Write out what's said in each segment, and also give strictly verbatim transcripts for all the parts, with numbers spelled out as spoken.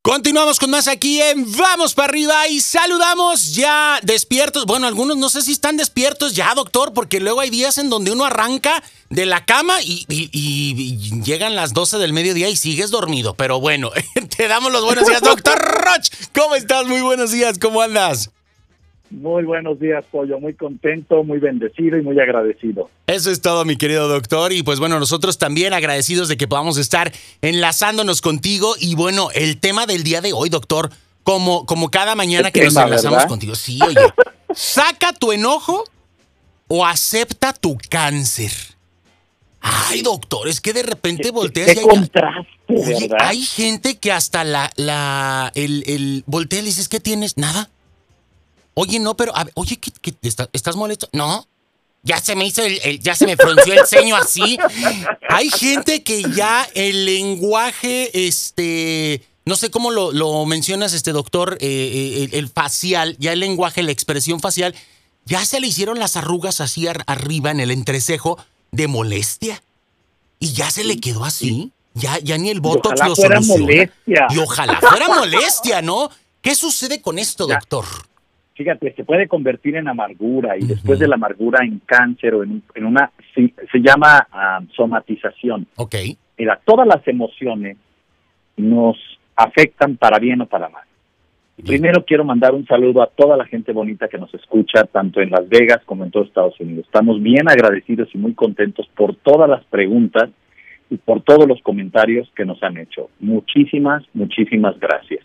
Continuamos con más aquí en Vamos para Arriba y saludamos ya despiertos. Bueno, algunos no sé si están despiertos ya, doctor, porque luego hay días en donde uno arranca de la cama y, y, y, y llegan las doce del mediodía y sigues dormido. Pero bueno, te damos los buenos días, doctor Roch. ¿Cómo estás? Muy buenos días, ¿cómo andas? Muy buenos días, Pollo. Muy contento, muy bendecido y muy agradecido. Eso es todo, mi querido doctor. Y pues bueno, nosotros también agradecidos de que podamos estar enlazándonos contigo. Y bueno, el tema del día de hoy, doctor, como, como cada mañana que nos enlazamos ¿verdad? contigo. Sí, oye, saca tu enojo o acepta tu cáncer. Ay, doctor, es que de repente ¿Qué, volteas qué y hay, contraste, oye, ¿verdad? hay gente que hasta la, la, el, el voltea y le dices, ¿qué tienes? Nada. Oye, no, pero, a ver, oye, ¿qué, qué, está, ¿estás molesto? No, ya se me hizo, el, el, ya se me frunció el ceño así. Hay gente que ya el lenguaje, este, no sé cómo lo, lo mencionas, este doctor, eh, el, el facial, ya el lenguaje, la expresión facial, ya se le hicieron las arrugas así ar, arriba en el entrecejo de molestia. Y ya se le quedó así. Ya, ya ni el botox lo soluciona. Molestia. Y ojalá fuera molestia, ¿no? ¿Qué sucede con esto, ya. doctor? Fíjate, se puede convertir en amargura y uh-huh. después de la amargura en cáncer o en, en una, se, se llama uh, somatización. Ok. Mira, todas las emociones nos afectan para bien o para mal. Bien. Primero quiero mandar un saludo a toda la gente bonita que nos escucha, tanto en Las Vegas como en todo Estados Unidos. Estamos bien agradecidos y muy contentos por todas las preguntas y por todos los comentarios que nos han hecho. Muchísimas, muchísimas gracias.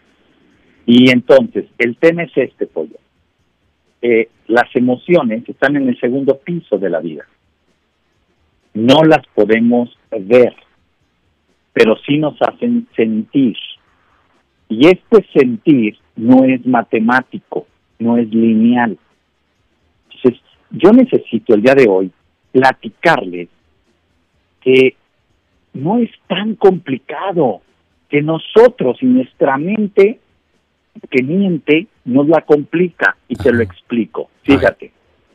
Y entonces, el tema es este, Pollo. Eh, las emociones están en el segundo piso de la vida. No las podemos ver, pero sí nos hacen sentir. Y este sentir no es matemático, no es lineal. Entonces, yo necesito el día de hoy platicarles que no es tan complicado, que nosotros y nuestra mente que miente nos la complica y Ajá. te lo explico. Fíjate,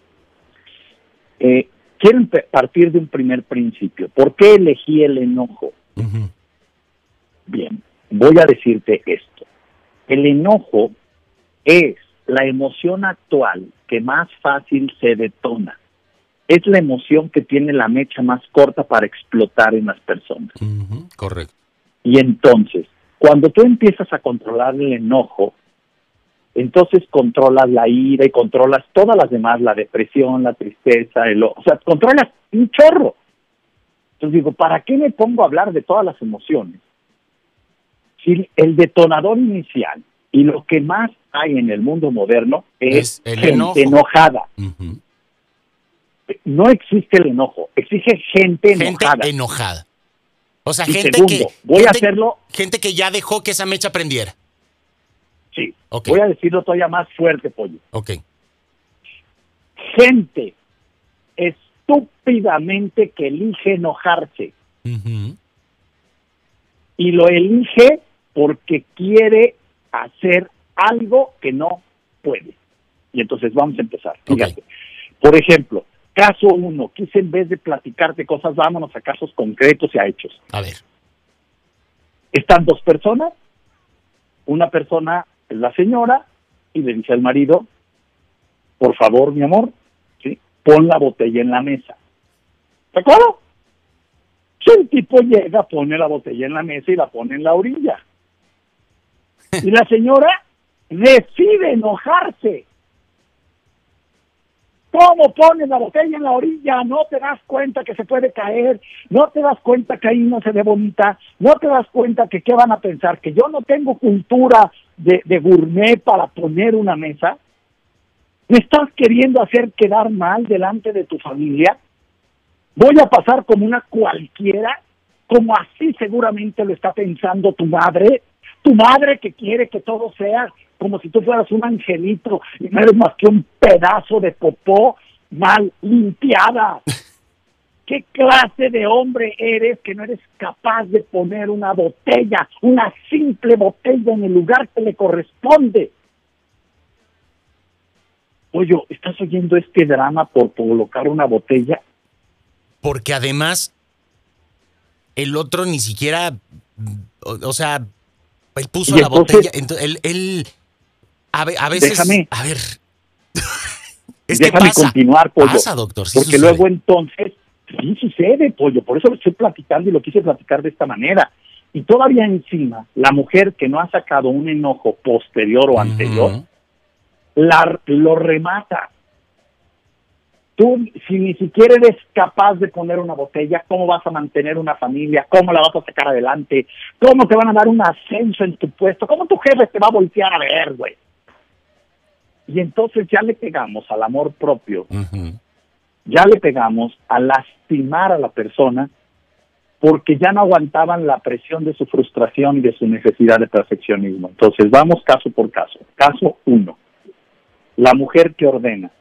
eh, quiero partir de un primer principio. ¿Por qué elegí el enojo? Uh-huh. Bien, voy a decirte esto. El enojo es la emoción actual que más fácil se detona. Es la emoción que tiene la mecha más corta para explotar en las personas. Uh-huh. Correcto. Y entonces, cuando tú empiezas a controlar el enojo, entonces controlas la ira y controlas todas las demás, la depresión, la tristeza, el, o sea, controlas un chorro. Entonces digo, ¿para qué me pongo a hablar de todas las emociones? Si el detonador inicial y lo que más hay en el mundo moderno es, es el gente enojo. enojada. Uh-huh. No existe el enojo, existe gente, gente enojada. enojada. O sea, y gente segundo, que voy gente, a hacerlo. Gente que ya dejó que esa mecha prendiera. Sí. Okay. Voy a decirlo todavía más fuerte, Pollo. Ok. Gente estúpidamente que elige enojarse. Uh-huh. Y lo elige porque quiere hacer algo que no puede. Y entonces vamos a empezar. Fíjate. Okay. Por ejemplo, caso uno, quise en vez de platicarte cosas, vámonos a casos concretos y a hechos. A ver. Están dos personas, una persona es la señora y le dice al marido, por favor, mi amor, ¿sí? Pon la botella en la mesa. ¿De acuerdo? Si el tipo llega, pone la botella en la mesa y la pone en la orilla. Y la señora decide enojarse. ¿Cómo pones la botella en la orilla? No te das cuenta que se puede caer, no te das cuenta que ahí no se ve bonita, no te das cuenta que qué van a pensar, que yo no tengo cultura de, de gourmet para poner una mesa. ¿Me estás queriendo hacer quedar mal delante de tu familia? ¿Voy a pasar como una cualquiera? Como así seguramente lo está pensando tu madre, tu madre que quiere que todo sea como si tú fueras un angelito y no eres más que un pedazo de popó mal limpiada. ¿Qué clase de hombre eres que no eres capaz de poner una botella, una simple botella en el lugar que le corresponde? Oye, ¿estás oyendo este drama por colocar una botella? Porque además el otro ni siquiera, o, o sea, él puso Y la entonces- botella, entonces él, él a, ve- a veces, Déjame. a ver, es que Déjame pasa, continuar, Pollo. pasa, doctor, sí porque sucede. luego entonces, sí sucede, Pollo. Por eso lo estoy platicando y lo quise platicar de esta manera. Y todavía encima, la mujer que no ha sacado un enojo posterior o Ujú. anterior, la, lo remata. Tú, si ni siquiera eres capaz de poner una botella, ¿cómo vas a mantener una familia? ¿Cómo la vas a sacar adelante? ¿Cómo te van a dar un ascenso en tu puesto? ¿Cómo tu jefe te va a voltear a ver, güey? Y entonces ya le pegamos al amor propio, Ujú. ya le pegamos a lastimar a la persona porque ya no aguantaban la presión de su frustración y de su necesidad de perfeccionismo. Entonces vamos caso por caso. Caso uno, la mujer que ordena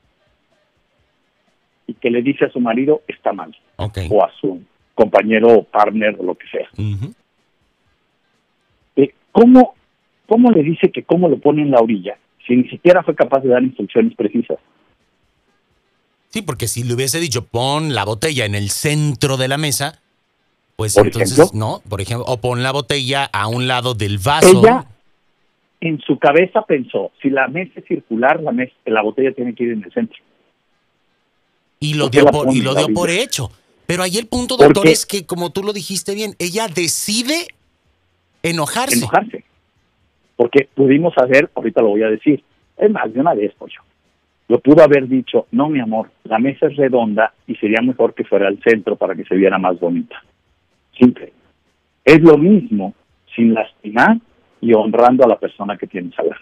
y que le dice a su marido está mal, Ok. o a su compañero o partner o lo que sea. Ujú. Eh, ¿cómo, ¿Cómo le dice que cómo lo pone en la orilla si ni siquiera fue capaz de dar instrucciones precisas? Sí, porque si le hubiese dicho pon la botella en el centro de la mesa, pues Por entonces, ejemplo. no, por ejemplo, o pon la botella a un lado del vaso. Ella en su cabeza pensó, si la mesa es circular, la, mesa, la botella tiene que ir en el centro. Y lo ¿Por qué dio la por, pone y en lo la dio por orilla? hecho. Pero ahí el punto, doctor, Porque- es que, como tú lo dijiste bien, ella decide enojarse. Enojarse. Porque pudimos haber, ahorita lo voy a decir, es más de una vez, pollo. Lo pudo haber dicho, no, mi amor, la mesa es redonda y sería mejor que fuera al centro para que se viera más bonita. Simple. Es lo mismo, sin lastimar y honrando a la persona que tienes al lado.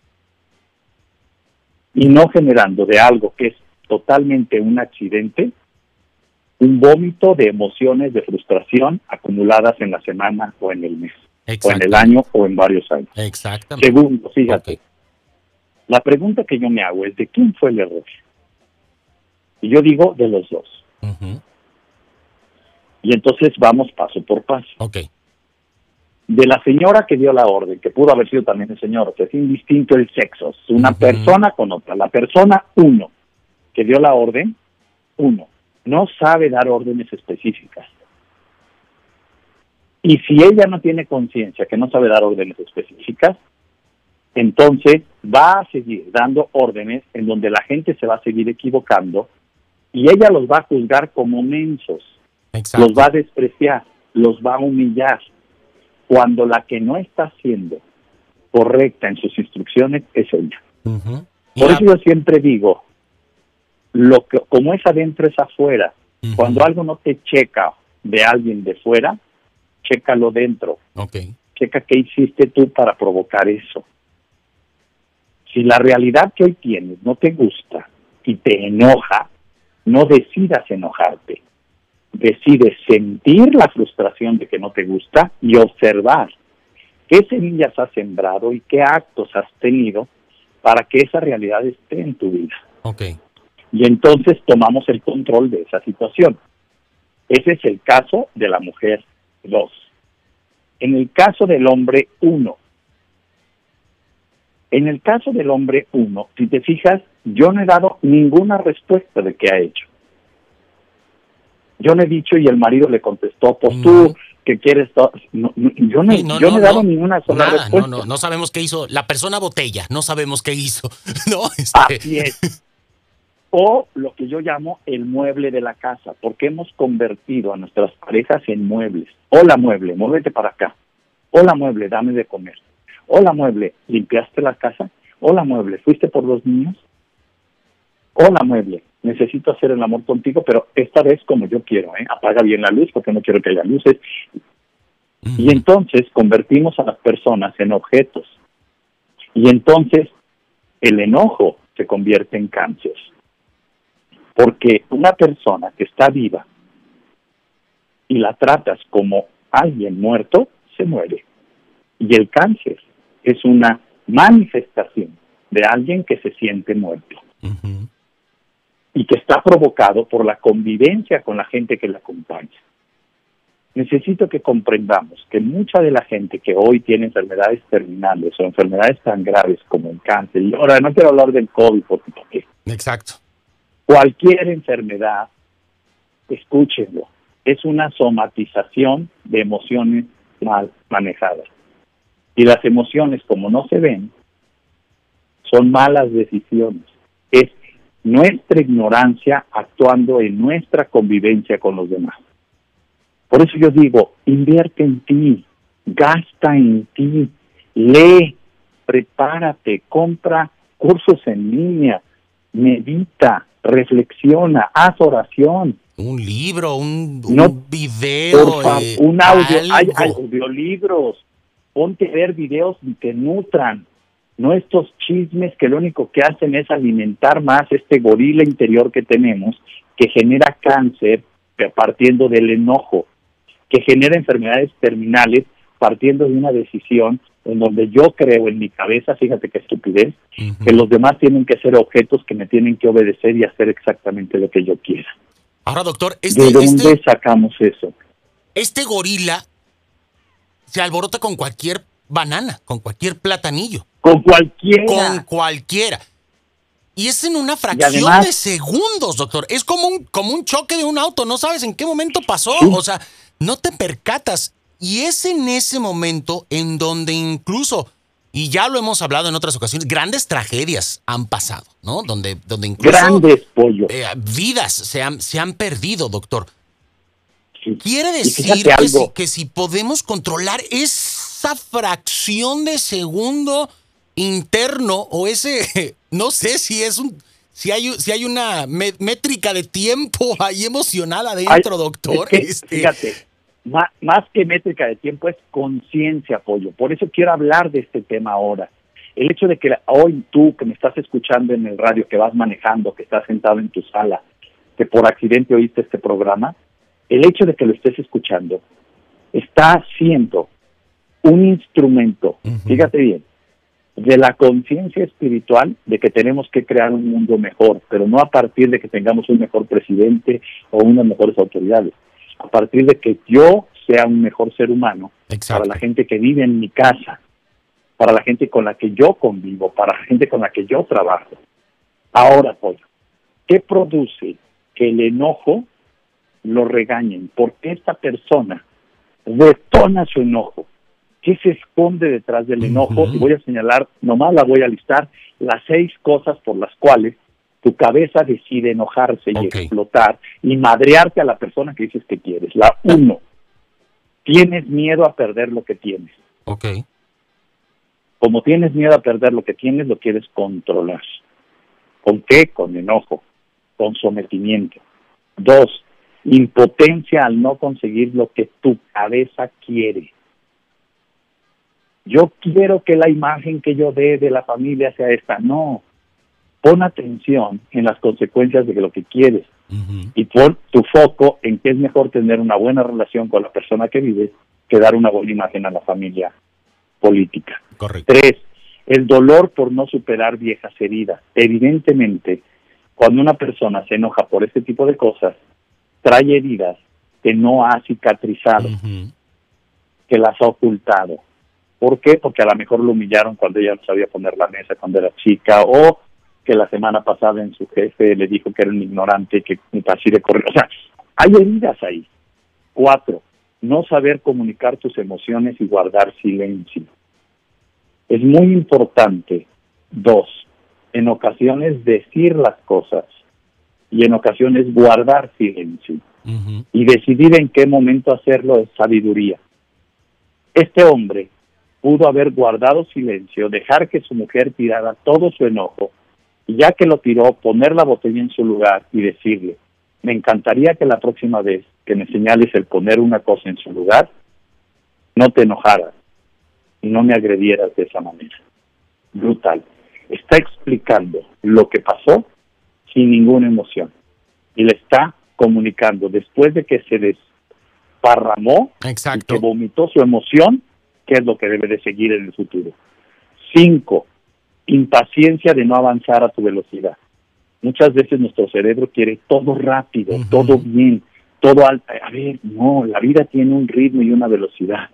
Y no generando de algo que es totalmente un accidente, un vómito de emociones de frustración acumuladas en la semana o en el mes, o en el año o en varios años. Exactamente. Segundo, fíjate, Ok. la pregunta que yo me hago es, ¿de quién fue el error? Y yo digo, de los dos. Ujú. Y entonces vamos paso por paso. Ok. De la señora que dio la orden, que pudo haber sido también el señor, o sea, es indistinto el sexo, es una Ujú. persona con otra. La persona, uno, que dio la orden, uno, no sabe dar órdenes específicas. Y si ella no tiene conciencia que no sabe dar órdenes específicas, entonces va a seguir dando órdenes en donde la gente se va a seguir equivocando y ella los va a juzgar como mensos, Exacto. los va a despreciar, los va a humillar, cuando la que no está siendo correcta en sus instrucciones es ella. Ujú. Y Por la- eso yo siempre digo, lo que, como es adentro es afuera. Ujú. Cuando algo no te checa de alguien de fuera, chécalo dentro. Ok. Checa qué hiciste tú para provocar eso. Si la realidad que hoy tienes no te gusta y te enoja, no decidas enojarte. Decides sentir la frustración de que no te gusta y observar qué semillas has sembrado y qué actos has tenido para que esa realidad esté en tu vida. Ok. Y entonces tomamos el control de esa situación. Ese es el caso de la mujer dos. En el caso del hombre uno. En el caso del hombre uno, si te fijas, yo no he dado ninguna respuesta de qué ha hecho. Yo no he dicho y el marido le contestó, pues No. tú que quieres... to-". No, no, yo no, Sí, no, yo no no, he dado no. ninguna sola Nada, respuesta. no, no, no sabemos qué hizo. La persona botella, no sabemos qué hizo. No, este, Así es. O lo que yo llamo el mueble de la casa, porque hemos convertido a nuestras parejas en muebles. Hola mueble, muévete para acá. Hola mueble, dame de comer. Hola mueble, ¿limpiaste la casa? Hola mueble, ¿fuiste por los niños? Hola mueble, necesito hacer el amor contigo, pero esta vez como yo quiero, ¿eh? Apaga bien la luz porque no quiero que haya luces. ujú. Y entonces convertimos a las personas en objetos. Y entonces el enojo se convierte en cáncer. Porque una persona que está viva y la tratas como alguien muerto, se muere. Y el cáncer es una manifestación de alguien que se siente muerto Ujú. y que está provocado por la convivencia con la gente que la acompaña. Necesito que comprendamos que mucha de la gente que hoy tiene enfermedades terminales o enfermedades tan graves como el cáncer, y ahora no quiero hablar del COVID porque porque Exacto. cualquier enfermedad, escúchenlo, es una somatización de emociones mal manejadas. Y las emociones, como no se ven, son malas decisiones. Es nuestra ignorancia actuando en nuestra convivencia con los demás. Por eso yo digo, invierte en ti, gasta en ti, lee, prepárate, compra cursos en línea, medita, reflexiona, haz oración. Un libro, un, un no, video, favor, eh, un audio, algo. hay, hay audiolibros, ponte a ver videos que nutran, no estos chismes que lo único que hacen es alimentar más este gorila interior que tenemos, que genera cáncer partiendo del enojo, que genera enfermedades terminales partiendo de una decisión en donde yo creo en mi cabeza, fíjate qué estupidez, uh-huh. que los demás tienen que ser objetos que me tienen que obedecer y hacer exactamente lo que yo quiera. Ahora, doctor, este, ¿de dónde este, sacamos eso? Este gorila se alborota con cualquier banana, con cualquier platanillo. Con cualquiera. Con cualquiera. Y es en una fracción además, de segundos, doctor. Es como un, como un choque de un auto. No sabes en qué momento pasó. Sí. O sea, no te percatas. Y es en ese momento en donde incluso, y ya lo hemos hablado en otras ocasiones, grandes tragedias han pasado, ¿no? Donde, donde incluso grandes pollos. Eh, vidas se han, se han perdido, doctor. Sí. Quiere decir que si, que si podemos controlar esa fracción de segundo interno o ese, no sé si es un, si hay, si hay una me, métrica de tiempo ahí emocional adentro, Ay, doctor. Es que, este... Fíjate. Más, más que métrica de tiempo es conciencia, pollo. Por eso quiero hablar de este tema ahora. El hecho de que hoy tú que me estás escuchando en el radio, que vas manejando, que estás sentado en tu sala, que por accidente oíste este programa, el hecho de que lo estés escuchando está siendo un instrumento, uh-huh. fíjate bien, de la conciencia espiritual de que tenemos que crear un mundo mejor, pero no a partir de que tengamos un mejor presidente o unas mejores autoridades. A partir de que yo sea un mejor ser humano, Exacto. para la gente que vive en mi casa, para la gente con la que yo convivo, para la gente con la que yo trabajo. Ahora, pollo, ¿qué produce que el enojo lo regañen? Porque esta persona detona su enojo. ¿Qué se esconde detrás del enojo? Uh-huh. Y voy a señalar, nomás la voy a listar, las seis cosas por las cuales tu cabeza decide enojarse y okay. explotar y madrearte a la persona que dices que quieres. La uno, tienes miedo a perder lo que tienes. Okay. Como tienes miedo a perder lo que tienes, lo quieres controlar. ¿Con qué? Con enojo, con sometimiento. Dos, impotencia al no conseguir lo que tu cabeza quiere. Yo quiero que la imagen que yo dé de la familia sea esta. No. Pon atención en las consecuencias de lo que quieres uh-huh. y pon tu foco en que es mejor tener una buena relación con la persona que vives que dar una buena imagen a la familia política. Correcto. Tres, el dolor por no superar viejas heridas. Evidentemente, cuando una persona se enoja por este tipo de cosas, trae heridas que no ha cicatrizado, uh-huh. que las ha ocultado. ¿Por qué? Porque a lo mejor lo humillaron cuando ella no sabía poner la mesa cuando era chica, o que la semana pasada en su jefe le dijo que era un ignorante, que así de correr. O sea, hay heridas ahí. Cuatro, no saber comunicar tus emociones y guardar silencio. Es muy importante. Dos, en ocasiones decir las cosas y en ocasiones guardar silencio. Uh-huh. Y decidir en qué momento hacerlo es sabiduría. Este hombre pudo haber guardado silencio, dejar que su mujer tirara todo su enojo, y ya que lo tiró, poner la botella en su lugar y decirle, me encantaría que la próxima vez que me señales el poner una cosa en su lugar, no te enojaras y no me agredieras de esa manera. Brutal. Está explicando lo que pasó sin ninguna emoción. Y le está comunicando, después de que se desparramó, Exacto. y que vomitó su emoción, qué es lo que debe de seguir en el futuro. Cinco, impaciencia de no avanzar a tu velocidad. Muchas veces nuestro cerebro quiere todo rápido, uh-huh. todo bien, todo alto. A ver, no, la vida tiene un ritmo y una velocidad.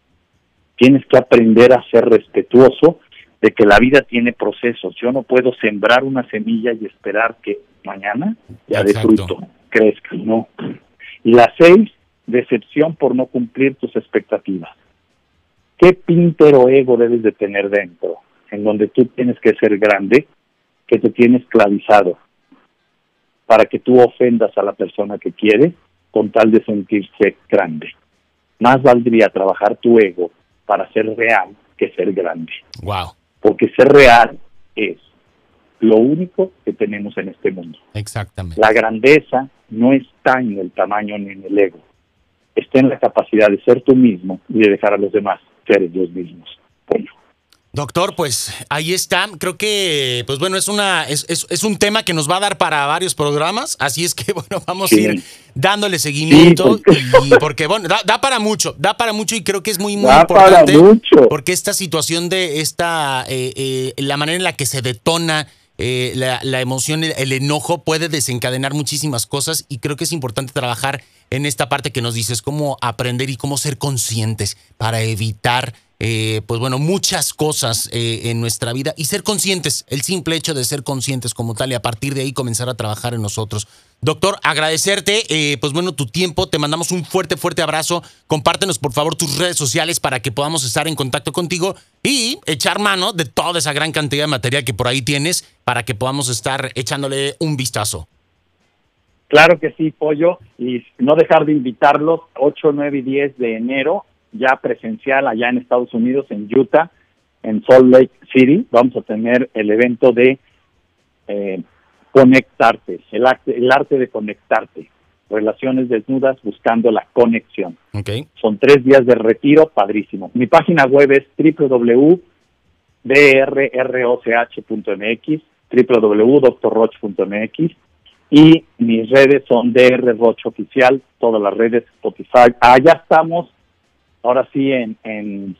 Tienes que aprender a ser respetuoso de que la vida tiene procesos. Yo no puedo sembrar una semilla y esperar que mañana ya dé fruto, crezca, no. Y la seis, decepción por no cumplir tus expectativas. ¿Qué píntero ego debes de tener dentro? En donde tú tienes que ser grande, que te tiene esclavizado, para que tú ofendas a la persona que quieres con tal de sentirse grande. Más valdría trabajar tu ego para ser real que ser grande. Wow. Porque ser real es lo único que tenemos en este mundo. Exactamente. La grandeza no está en el tamaño ni en el ego. Está en la capacidad de ser tú mismo y de dejar a los demás ser ellos mismos. Bueno. Doctor, pues ahí está. Creo que, pues bueno, es una es, es, es un tema que nos va a dar para varios programas, así es que, bueno, vamos sí. a ir dándole seguimiento. Sí, porque... Y porque, bueno, da, da para mucho, da para mucho y creo que es muy, muy da importante. Para mucho. Porque esta situación de esta, eh, eh, la manera en la que se detona eh, la, la emoción, el, el enojo puede desencadenar muchísimas cosas y creo que es importante trabajar en esta parte que nos dices, cómo aprender y cómo ser conscientes para evitar Eh, pues bueno, muchas cosas eh, en nuestra vida y ser conscientes, el simple hecho de ser conscientes como tal y a partir de ahí comenzar a trabajar en nosotros. Doctor, agradecerte, eh, pues bueno, tu tiempo, te mandamos un fuerte, fuerte abrazo, compártenos por favor tus redes sociales para que podamos estar en contacto contigo y echar mano de toda esa gran cantidad de material que por ahí tienes para que podamos estar echándole un vistazo. Claro que sí, Pollo, y no dejar de invitarlos, ocho, nueve y diez de enero, ya presencial allá en Estados Unidos, en Utah, en Salt Lake City. Vamos a tener el evento de eh, conectarte, el arte, el arte de conectarte, relaciones desnudas buscando la conexión. Okay. Son tres días de retiro, padrísimo. Mi página web es doble u doble u doble u punto d r r o c h punto m x, doble u doble u doble u punto doctor roch punto m x, y mis redes son D R Roch Oficial, todas las redes, Spotify. Allá ah, estamos. Ahora sí, en, en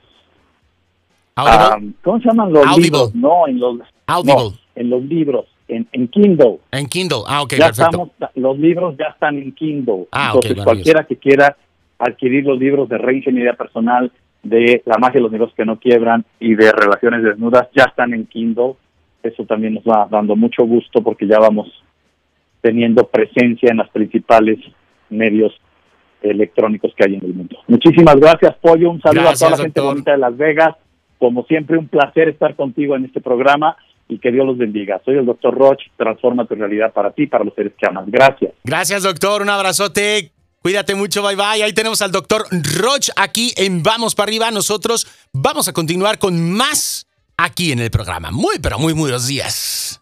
um, ¿cómo se llaman los Audible. libros? No, en los no, en los libros, en, en Kindle. En Kindle, ah, ok, ya perfecto. Estamos, los libros ya están en Kindle. Ah, Entonces, okay, cualquiera que quiera adquirir los libros de Reingeniería Personal, de La Magia de los Negocios que no quiebran y de Relaciones Desnudas, ya están en Kindle. Eso también nos va dando mucho gusto porque ya vamos teniendo presencia en los principales medios electrónicos que hay en el mundo. Muchísimas gracias, Pollo. Un saludo gracias, a toda la gente bonita de Las Vegas. Como siempre, un placer estar contigo en este programa y que Dios los bendiga. Soy el doctor Roch. Transforma tu realidad para ti, para los seres que amas. Gracias. Gracias, doctor. Un abrazote. Cuídate mucho. Bye, bye. Ahí tenemos al doctor Roch aquí en Vamos para Arriba. Nosotros vamos a continuar con más aquí en el programa. Muy, pero muy, muy buenos días.